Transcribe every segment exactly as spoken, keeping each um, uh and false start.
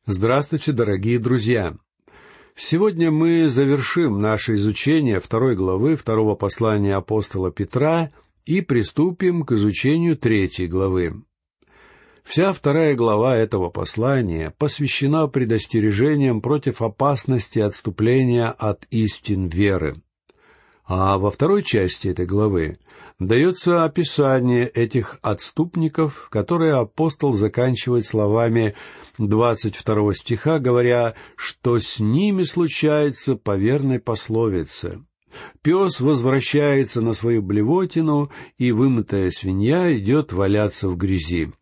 Здравствуйте, дорогие друзья! Сегодня мы завершим наше изучение второй главы второго послания апостола Петра и приступим к изучению третьей главы. Вся вторая глава этого послания посвящена предостережениям против опасности отступления от истин веры. А во второй части этой главы дается описание этих отступников, которые апостол заканчивает словами двадцать второго стиха, говоря, что с ними случается по верной пословице: «Пес возвращается на свою блевотину, и вымытая свинья идет валяться в грязи».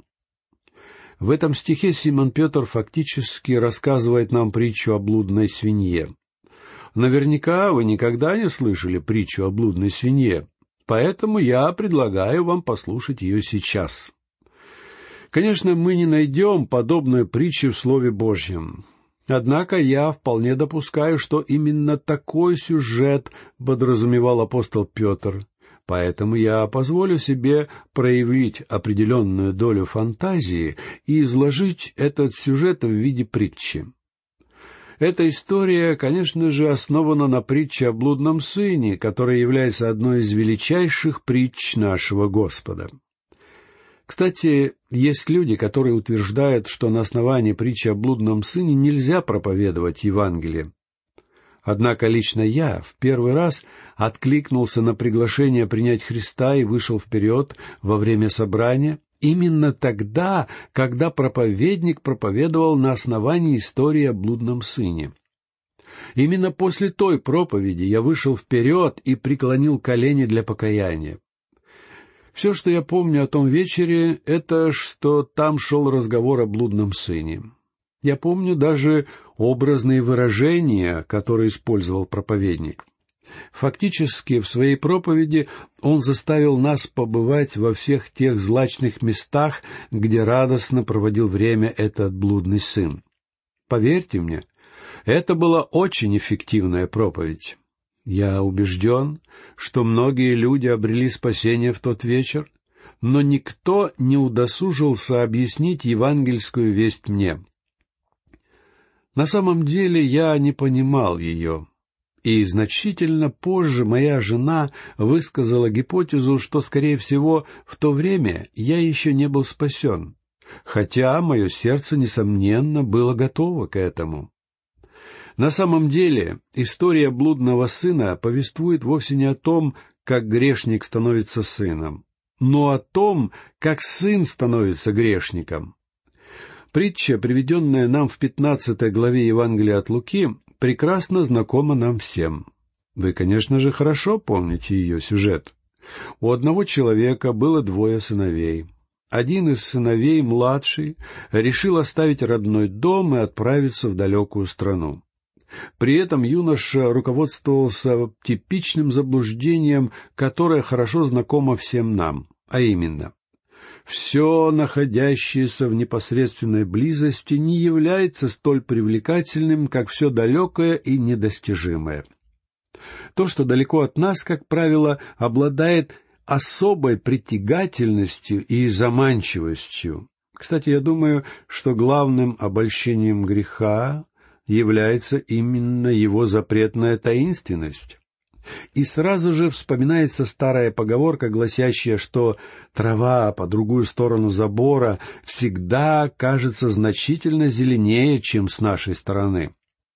В этом стихе Симон Петр фактически рассказывает нам притчу о блудной свинье. Наверняка вы никогда не слышали притчу о блудной свинье, поэтому я предлагаю вам послушать ее сейчас. Конечно, мы не найдем подобную притчу в Слове Божьем. Однако я вполне допускаю, что именно такой сюжет подразумевал апостол Петр, поэтому я позволю себе проявить определенную долю фантазии и изложить этот сюжет в виде притчи. Эта история, конечно же, основана на притче о блудном сыне, которая является одной из величайших притч нашего Господа. Кстати, есть люди, которые утверждают, что на основании притчи о блудном сыне нельзя проповедовать Евангелие. Однако лично я в первый раз откликнулся на приглашение принять Христа и вышел вперед во время собрания именно тогда, когда проповедник проповедовал на основании истории о блудном сыне. Именно после той проповеди я вышел вперед и преклонил колени для покаяния. Все, что я помню о том вечере, это что там шел разговор о блудном сыне. Я помню даже образные выражения, которые использовал проповедник. Фактически, в своей проповеди он заставил нас побывать во всех тех злачных местах, где радостно проводил время этот блудный сын. Поверьте мне, это была очень эффективная проповедь. Я убежден, что многие люди обрели спасение в тот вечер, но никто не удосужился объяснить евангельскую весть мне. На самом деле я не понимал ее. И значительно позже моя жена высказала гипотезу, что, скорее всего, в то время я еще не был спасен, хотя мое сердце, несомненно, было готово к этому. На самом деле, история блудного сына повествует вовсе не о том, как грешник становится сыном, но о том, как сын становится грешником. Притча, приведенная нам в пятнадцатой главе Евангелия от Луки, прекрасно знакома нам всем. Вы, конечно же, хорошо помните ее сюжет. У одного человека было двое сыновей. Один из сыновей, младший, решил оставить родной дом и отправиться в далекую страну. При этом юноша руководствовался типичным заблуждением, которое хорошо знакомо всем нам, а именно: все, находящееся в непосредственной близости, не является столь привлекательным, как все далекое и недостижимое. То, что далеко от нас, как правило, обладает особой притягательностью и заманчивостью. Кстати, я думаю, что главным обольщением греха является именно его запретная таинственность. И сразу же вспоминается старая поговорка, гласящая, что трава по другую сторону забора всегда кажется значительно зеленее, чем с нашей стороны.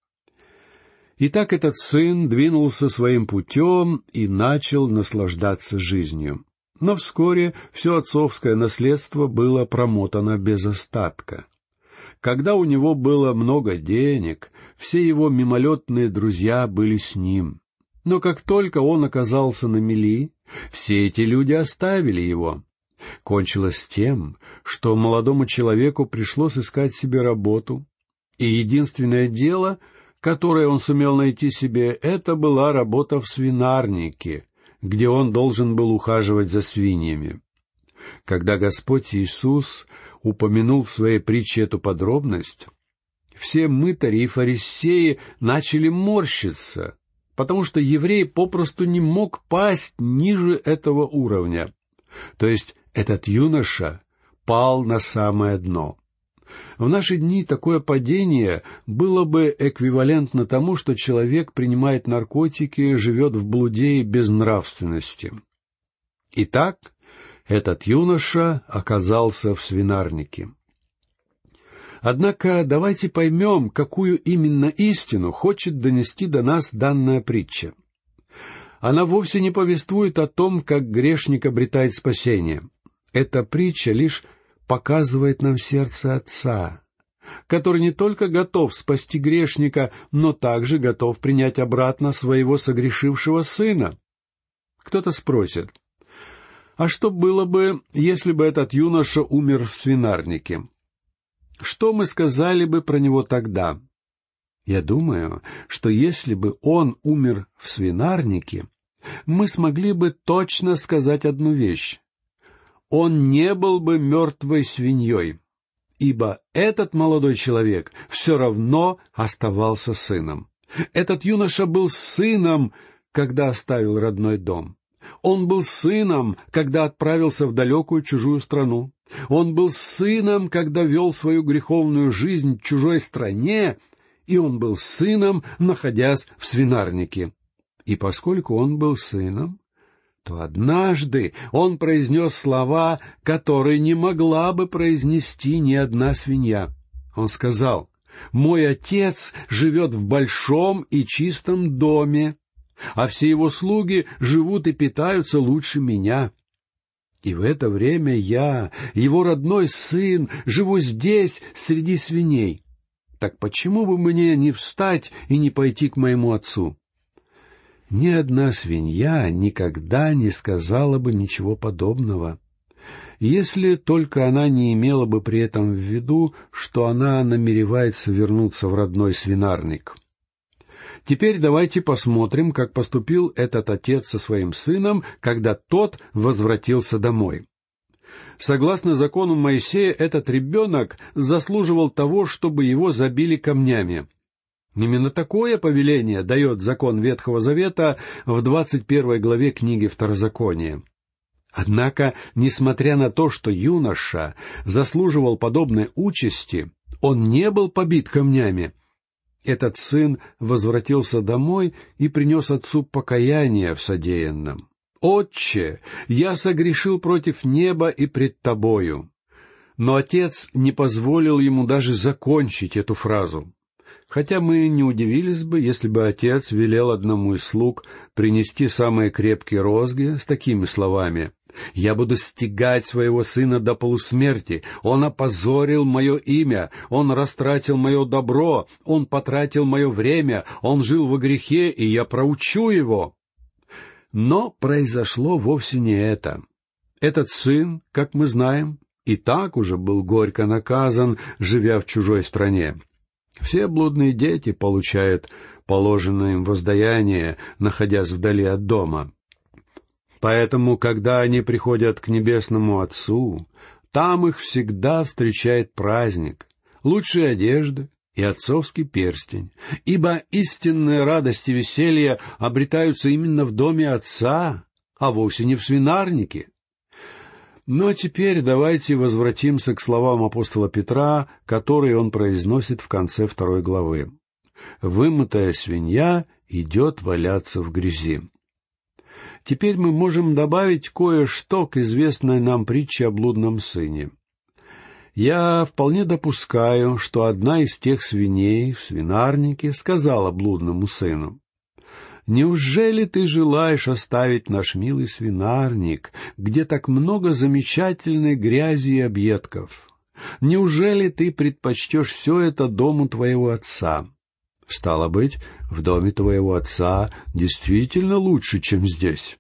Итак, этот сын двинулся своим путем и начал наслаждаться жизнью. Но вскоре все отцовское наследство было промотано без остатка. Когда у него было много денег, все его мимолетные друзья были с ним. Но как только он оказался на мели, все эти люди оставили его. Кончилось тем, что молодому человеку пришлось искать себе работу, и единственное дело, которое он сумел найти себе, это была работа в свинарнике, где он должен был ухаживать за свиньями. Когда Господь Иисус упомянул в своей притче эту подробность, все мытари и фарисеи начали морщиться, потому что еврей попросту не мог пасть ниже этого уровня. То есть этот юноша пал на самое дно. В наши дни такое падение было бы эквивалентно тому, что человек принимает наркотики, живет в блуде и безнравственности. Итак, этот юноша оказался в свинарнике. Однако давайте поймем, какую именно истину хочет донести до нас данная притча. Она вовсе не повествует о том, как грешник обретает спасение. Эта притча лишь показывает нам сердце Отца, который не только готов спасти грешника, но также готов принять обратно своего согрешившего сына. Кто-то спросит, а что было бы, если бы этот юноша умер в свинарнике? Что мы сказали бы про него тогда? Я думаю, что если бы он умер в свинарнике, мы смогли бы точно сказать одну вещь. Он не был бы мертвой свиньей, ибо этот молодой человек все равно оставался сыном. Этот юноша был сыном, когда оставил родной дом. Он был сыном, когда отправился в далекую чужую страну. Он был сыном, когда вел свою греховную жизнь в чужой стране, и он был сыном, находясь в свинарнике. И поскольку он был сыном, то однажды он произнес слова, которые не могла бы произнести ни одна свинья. Он сказал: «Мой отец живет в большом и чистом доме, а все его слуги живут и питаются лучше меня. И в это время я, его родной сын, живу здесь, среди свиней. Так почему бы мне не встать и не пойти к моему отцу?» Ни одна свинья никогда не сказала бы ничего подобного, если только она не имела бы при этом в виду, что она намеревается вернуться в родной свинарник. Теперь давайте посмотрим, как поступил этот отец со своим сыном, когда тот возвратился домой. Согласно закону Моисея, этот ребенок заслуживал того, чтобы его забили камнями. Именно такое повеление дает закон Ветхого Завета в двадцать первой главе книги Второзакония. Однако, несмотря на то, что юноша заслуживал подобной участи, он не был побит камнями. Этот сын возвратился домой и принес отцу покаяние в содеянном. «Отче, я согрешил против неба и пред тобою». Но отец не позволил ему даже закончить эту фразу. Хотя мы не удивились бы, если бы отец велел одному из слуг принести самые крепкие розги с такими словами: «Я буду стягать своего сына до полусмерти. Он опозорил мое имя, он растратил мое добро, он потратил мое время, он жил во грехе, и я проучу его». Но произошло вовсе не это. Этот сын, как мы знаем, и так уже был горько наказан, живя в чужой стране. Все блудные дети получают положенное им воздаяние, находясь вдали от дома. Поэтому, когда они приходят к Небесному Отцу, там их всегда встречает праздник, лучшие одежды и отцовский перстень, ибо истинная радость и веселье обретаются именно в доме Отца, а вовсе не в свинарнике. Но теперь давайте возвратимся к словам апостола Петра, которые он произносит в конце второй главы. «Вымытая свинья идет валяться в грязи». Теперь мы можем добавить кое-что к известной нам притче о блудном сыне. Я вполне допускаю, что одна из тех свиней в свинарнике сказала блудному сыну: «Неужели ты желаешь оставить наш милый свинарник, где так много замечательной грязи и объедков? Неужели ты предпочтешь все это дому твоего отца? Стало быть, в доме твоего отца действительно лучше, чем здесь.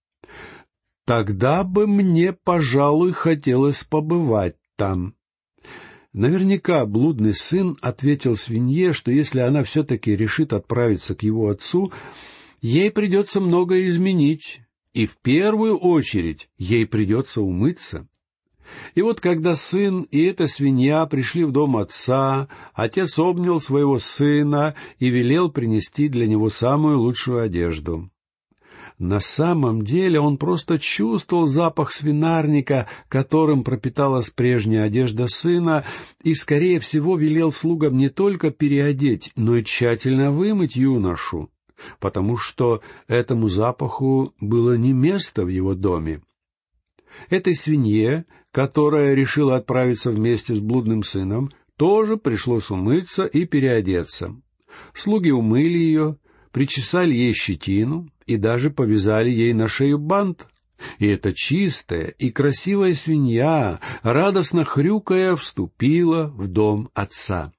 Тогда бы мне, пожалуй, хотелось побывать там». Наверняка блудный сын ответил свинье, что если она все-таки решит отправиться к его отцу, ей придется многое изменить, и в первую очередь ей придется умыться. И вот когда сын и эта свинья пришли в дом отца, отец обнял своего сына и велел принести для него самую лучшую одежду. На самом деле он просто чувствовал запах свинарника, которым пропиталась прежняя одежда сына, и, скорее всего, велел слугам не только переодеть, но и тщательно вымыть юношу, потому что этому запаху было не место в его доме. Этой свинье, которая решила отправиться вместе с блудным сыном, тоже пришлось умыться и переодеться. Слуги умыли ее, причесали ей щетину и даже повязали ей на шею бант. И эта чистая и красивая свинья, радостно хрюкая, вступила в дом отца.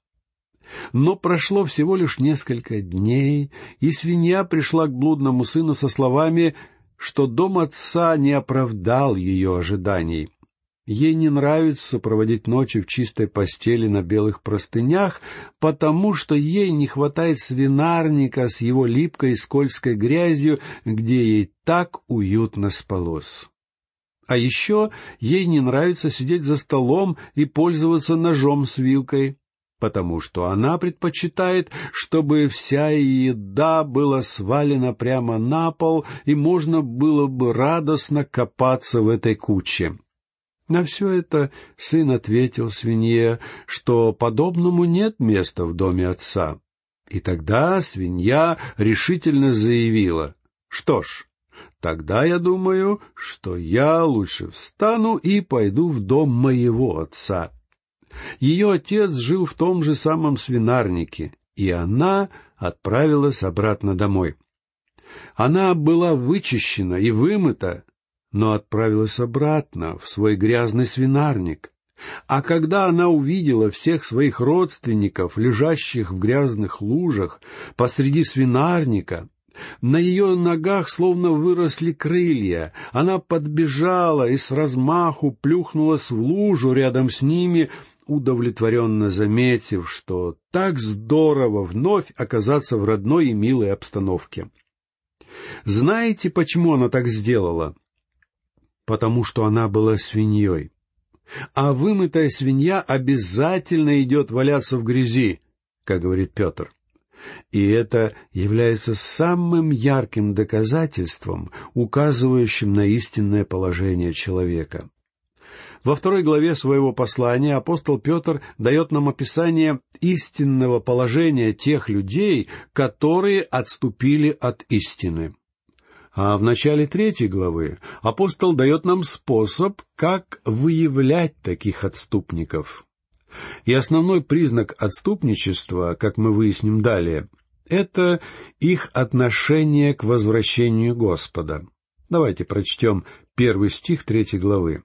Но прошло всего лишь несколько дней, и свинья пришла к блудному сыну со словами, что дом отца не оправдал ее ожиданий. Ей не нравится проводить ночи в чистой постели на белых простынях, потому что ей не хватает свинарника с его липкой и скользкой грязью, где ей так уютно спалось. А еще ей не нравится сидеть за столом и пользоваться ножом с вилкой, потому что она предпочитает, чтобы вся еда была свалена прямо на пол, и можно было бы радостно копаться в этой куче. На все это сын ответил свинье, что подобному нет места в доме отца. И тогда свинья решительно заявила: «Что ж, тогда я думаю, что я лучше встану и пойду в дом моего отца». Ее отец жил в том же самом свинарнике, и она отправилась обратно домой. Она была вычищена и вымыта, но отправилась обратно в свой грязный свинарник. А когда она увидела всех своих родственников, лежащих в грязных лужах посреди свинарника, на ее ногах словно выросли крылья. Она подбежала и с размаху плюхнулась в лужу рядом с ними, удовлетворенно заметив, что так здорово вновь оказаться в родной и милой обстановке. Знаете, почему она так сделала? Потому что она была свиньей. А вымытая свинья обязательно идет валяться в грязи, как говорит Петр. И это является самым ярким доказательством, указывающим на истинное положение человека. Во второй главе своего послания апостол Петр дает нам описание истинного положения тех людей, которые отступили от истины. А в начале третьей главы апостол дает нам способ, как выявлять таких отступников. И основной признак отступничества, как мы выясним далее, это их отношение к возвращению Господа. Давайте прочтем первый стих третьей главы.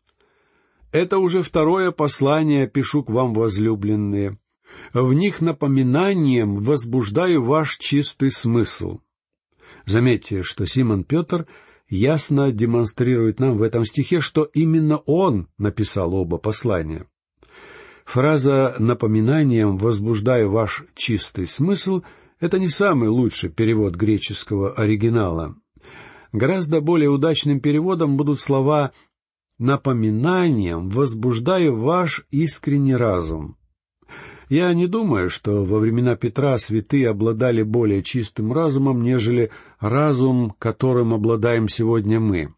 «Это уже второе послание пишу к вам, возлюбленные. В них напоминанием возбуждаю ваш чистый смысл». Заметьте, что Симон Петр ясно демонстрирует нам в этом стихе, что именно он написал оба послания. Фраза «напоминанием возбуждаю ваш чистый смысл» — это не самый лучший перевод греческого оригинала. Гораздо более удачным переводом будут слова «напоминанием возбуждаю ваш искренний разум». Я не думаю, что во времена Петра святые обладали более чистым разумом, нежели разум, которым обладаем сегодня мы.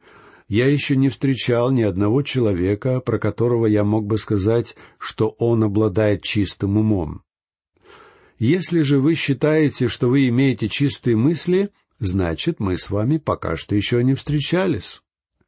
Я еще не встречал ни одного человека, про которого я мог бы сказать, что он обладает чистым умом. Если же вы считаете, что вы имеете чистые мысли, значит, мы с вами пока что еще не встречались.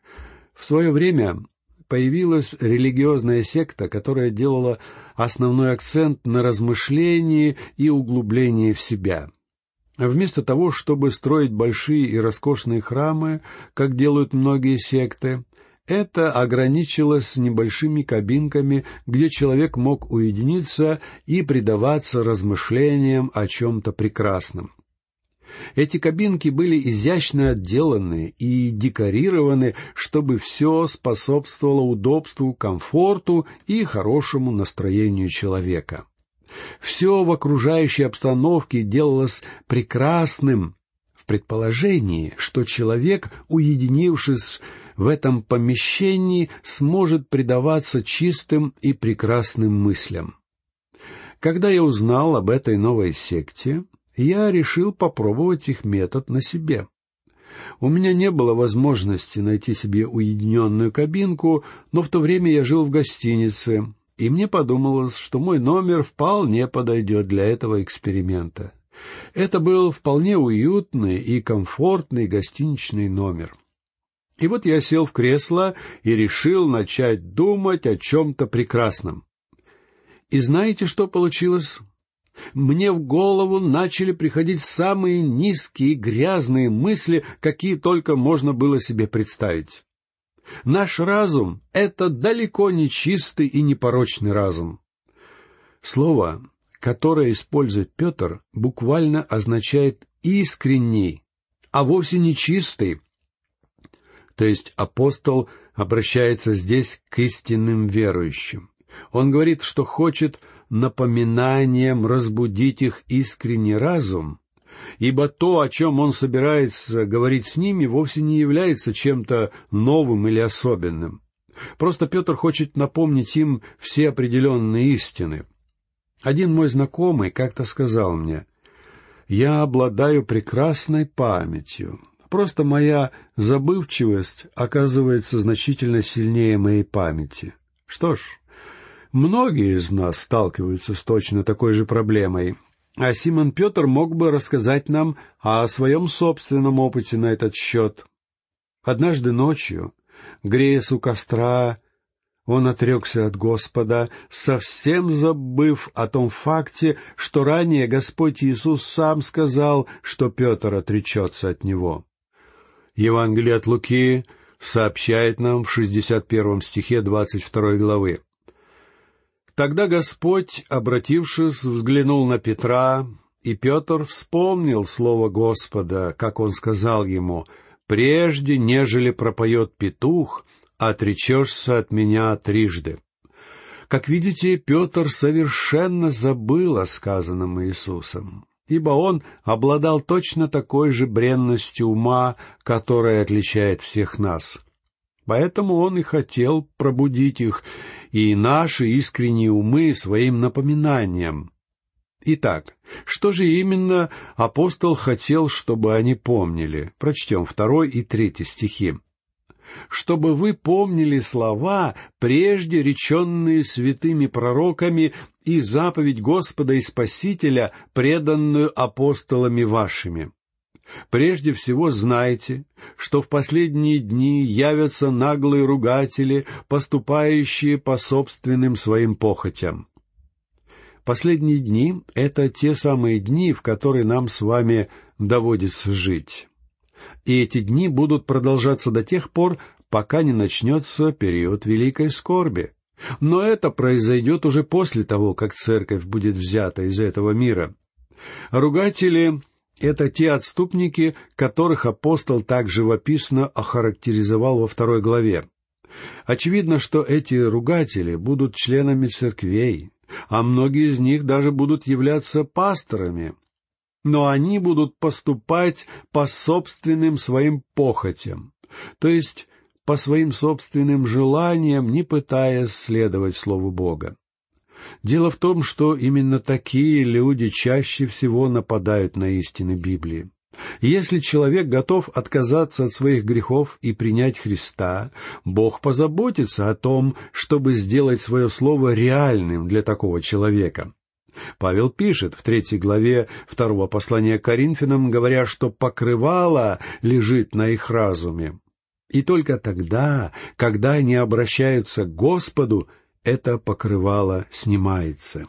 В свое время появилась религиозная секта, которая делала основной акцент на размышлении и углублении в себя. Вместо того, чтобы строить большие и роскошные храмы, как делают многие секты, это ограничилось небольшими кабинками, где человек мог уединиться и предаваться размышлениям о чем-то прекрасном. Эти кабинки были изящно отделаны и декорированы, чтобы все способствовало удобству, комфорту и хорошему настроению человека. Все в окружающей обстановке делалось прекрасным в предположении, что человек, уединившись в этом помещении, сможет предаваться чистым и прекрасным мыслям. Когда я узнал об этой новой секте, я решил попробовать их метод на себе. У меня не было возможности найти себе уединенную кабинку, но в то время я жил в гостинице, и мне подумалось, что мой номер вполне подойдет для этого эксперимента. Это был вполне уютный и комфортный гостиничный номер. И вот я сел в кресло и решил начать думать о чем-то прекрасном. И знаете, что получилось? Мне в голову начали приходить самые низкие и грязные мысли, какие только можно было себе представить. Наш разум — это далеко не чистый и непорочный разум. Слово, которое использует Петр, буквально означает «искренний», а вовсе не «чистый». То есть апостол обращается здесь к истинным верующим. Он говорит, что хочет напоминанием разбудить их искренний разум, ибо то, о чем он собирается говорить с ними, вовсе не является чем-то новым или особенным. Просто Петр хочет напомнить им все определенные истины. Один мой знакомый как-то сказал мне: «Я обладаю прекрасной памятью. Просто моя забывчивость оказывается значительно сильнее моей памяти». Что ж, многие из нас сталкиваются с точно такой же проблемой, а Симон Петр мог бы рассказать нам о своем собственном опыте на этот счет. Однажды ночью, греясь у костра, он отрекся от Господа, совсем забыв о том факте, что ранее Господь Иисус сам сказал, что Петр отречется от Него. Евангелие от Луки сообщает нам в шестьдесят первом стихе двадцать второй главы: «Тогда Господь, обратившись, взглянул на Петра, и Петр вспомнил слово Господа, как он сказал ему: „Прежде, нежели пропоет петух, отречешься от меня трижды“». Как видите, Петр совершенно забыл о сказанном Иисусом, ибо он обладал точно такой же бренностью ума, которая отличает всех нас. Поэтому он и хотел пробудить их и наши искренние умы своим напоминанием. Итак, что же именно апостол хотел, чтобы они помнили? Прочтем второй и третий стихи. «Чтобы вы помнили слова, прежде реченные святыми пророками, и заповедь Господа и Спасителя, преданную апостолами вашими. Прежде всего знайте, что в последние дни явятся наглые ругатели, поступающие по собственным своим похотям». Последние дни — это те самые дни, в которые нам с вами доводится жить. И эти дни будут продолжаться до тех пор, пока не начнется период великой скорби. Но это произойдет уже после того, как церковь будет взята из этого мира. Ругатели — это те отступники, которых апостол так живописно охарактеризовал во второй главе. Очевидно, что эти ругатели будут членами церквей, а многие из них даже будут являться пасторами. Но они будут поступать по собственным своим похотям, то есть по своим собственным желаниям, не пытаясь следовать Слову Бога. Дело в том, что именно такие люди чаще всего нападают на истины Библии. Если человек готов отказаться от своих грехов и принять Христа, Бог позаботится о том, чтобы сделать свое слово реальным для такого человека. Павел пишет в третьей главе второго послания к Коринфянам, говоря, что покрывало лежит на их разуме. И только тогда, когда они обращаются к Господу, это покрывало снимается.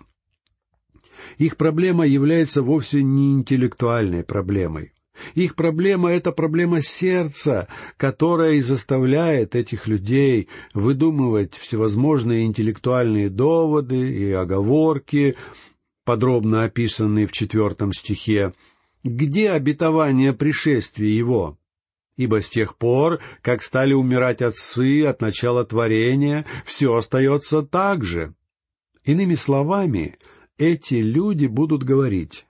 Их проблема является вовсе не интеллектуальной проблемой. Их проблема — это проблема сердца, которая и заставляет этих людей выдумывать всевозможные интеллектуальные доводы и оговорки, подробно описанные в четвертом стихе. Где обетование пришествия Его? Ибо с тех пор, как стали умирать отцы от начала творения, все остается так же. Иными словами, эти люди будут говорить: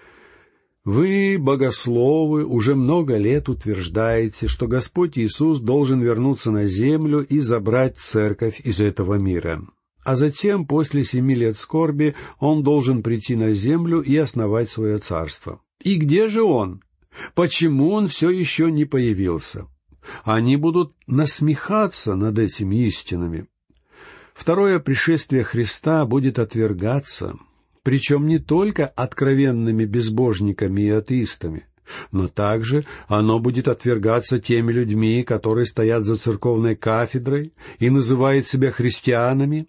«Вы, богословы, уже много лет утверждаете, что Господь Иисус должен вернуться на землю и забрать церковь из этого мира. А затем, после семи лет скорби, Он должен прийти на землю и основать свое царство. И где же Он? Почему он все еще не появился? Они будут насмехаться над этими истинами. Второе пришествие Христа будет отвергаться, причем не только откровенными безбожниками и атеистами, но также оно будет отвергаться теми людьми, которые стоят за церковной кафедрой и называют себя христианами.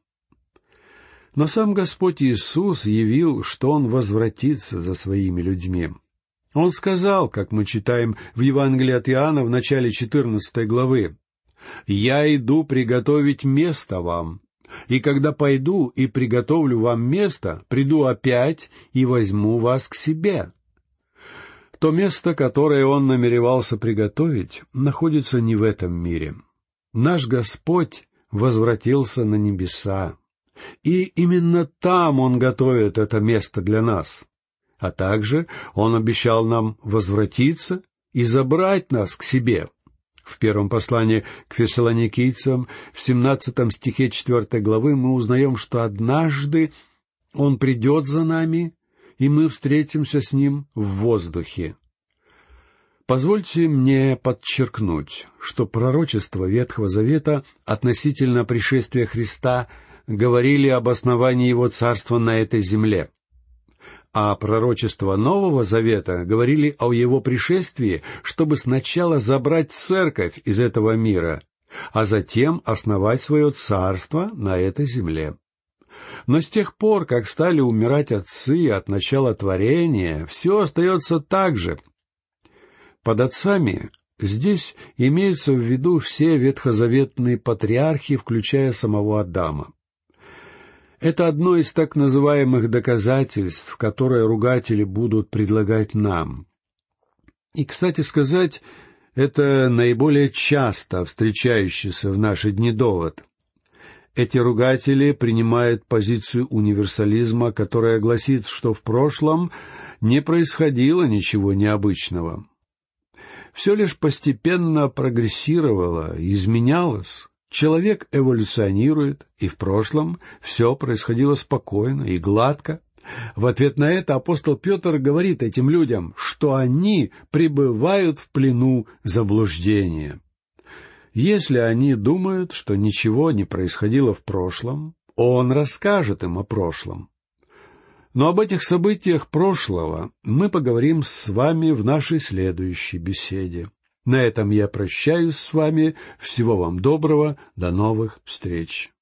Но сам Господь Иисус явил, что Он возвратится за своими людьми. Он сказал, как мы читаем в Евангелии от Иоанна в начале четырнадцатой главы, «Я иду приготовить место вам, и когда пойду и приготовлю вам место, приду опять и возьму вас к себе». То место, которое Он намеревался приготовить, находится не в этом мире. Наш Господь возвратился на небеса, и именно там Он готовит это место для нас. А также Он обещал нам возвратиться и забрать нас к себе. В первом послании к фессалоникийцам, в семнадцатом стихе четвёртой главы, мы узнаем, что однажды Он придет за нами, и мы встретимся с Ним в воздухе. Позвольте мне подчеркнуть, что пророчества Ветхого Завета относительно пришествия Христа говорили об основании Его царства на этой земле. А пророчества Нового Завета говорили о Его пришествии, чтобы сначала забрать церковь из этого мира, а затем основать свое царство на этой земле. Но с тех пор, как стали умирать отцы от начала творения, все остается так же. Под отцами здесь имеются в виду все ветхозаветные патриархи, включая самого Адама. Это одно из так называемых доказательств, которые ругатели будут предлагать нам. И, кстати сказать, это наиболее часто встречающийся в наши дни довод. Эти ругатели принимают позицию универсализма, которая гласит, что в прошлом не происходило ничего необычного. Все лишь постепенно прогрессировало, изменялось. Человек эволюционирует, и в прошлом все происходило спокойно и гладко. В ответ на это апостол Петр говорит этим людям, что они пребывают в плену заблуждения. Если они думают, что ничего не происходило в прошлом, он расскажет им о прошлом. Но об этих событиях прошлого мы поговорим с вами в нашей следующей беседе. На этом я прощаюсь с вами. Всего вам доброго. До новых встреч.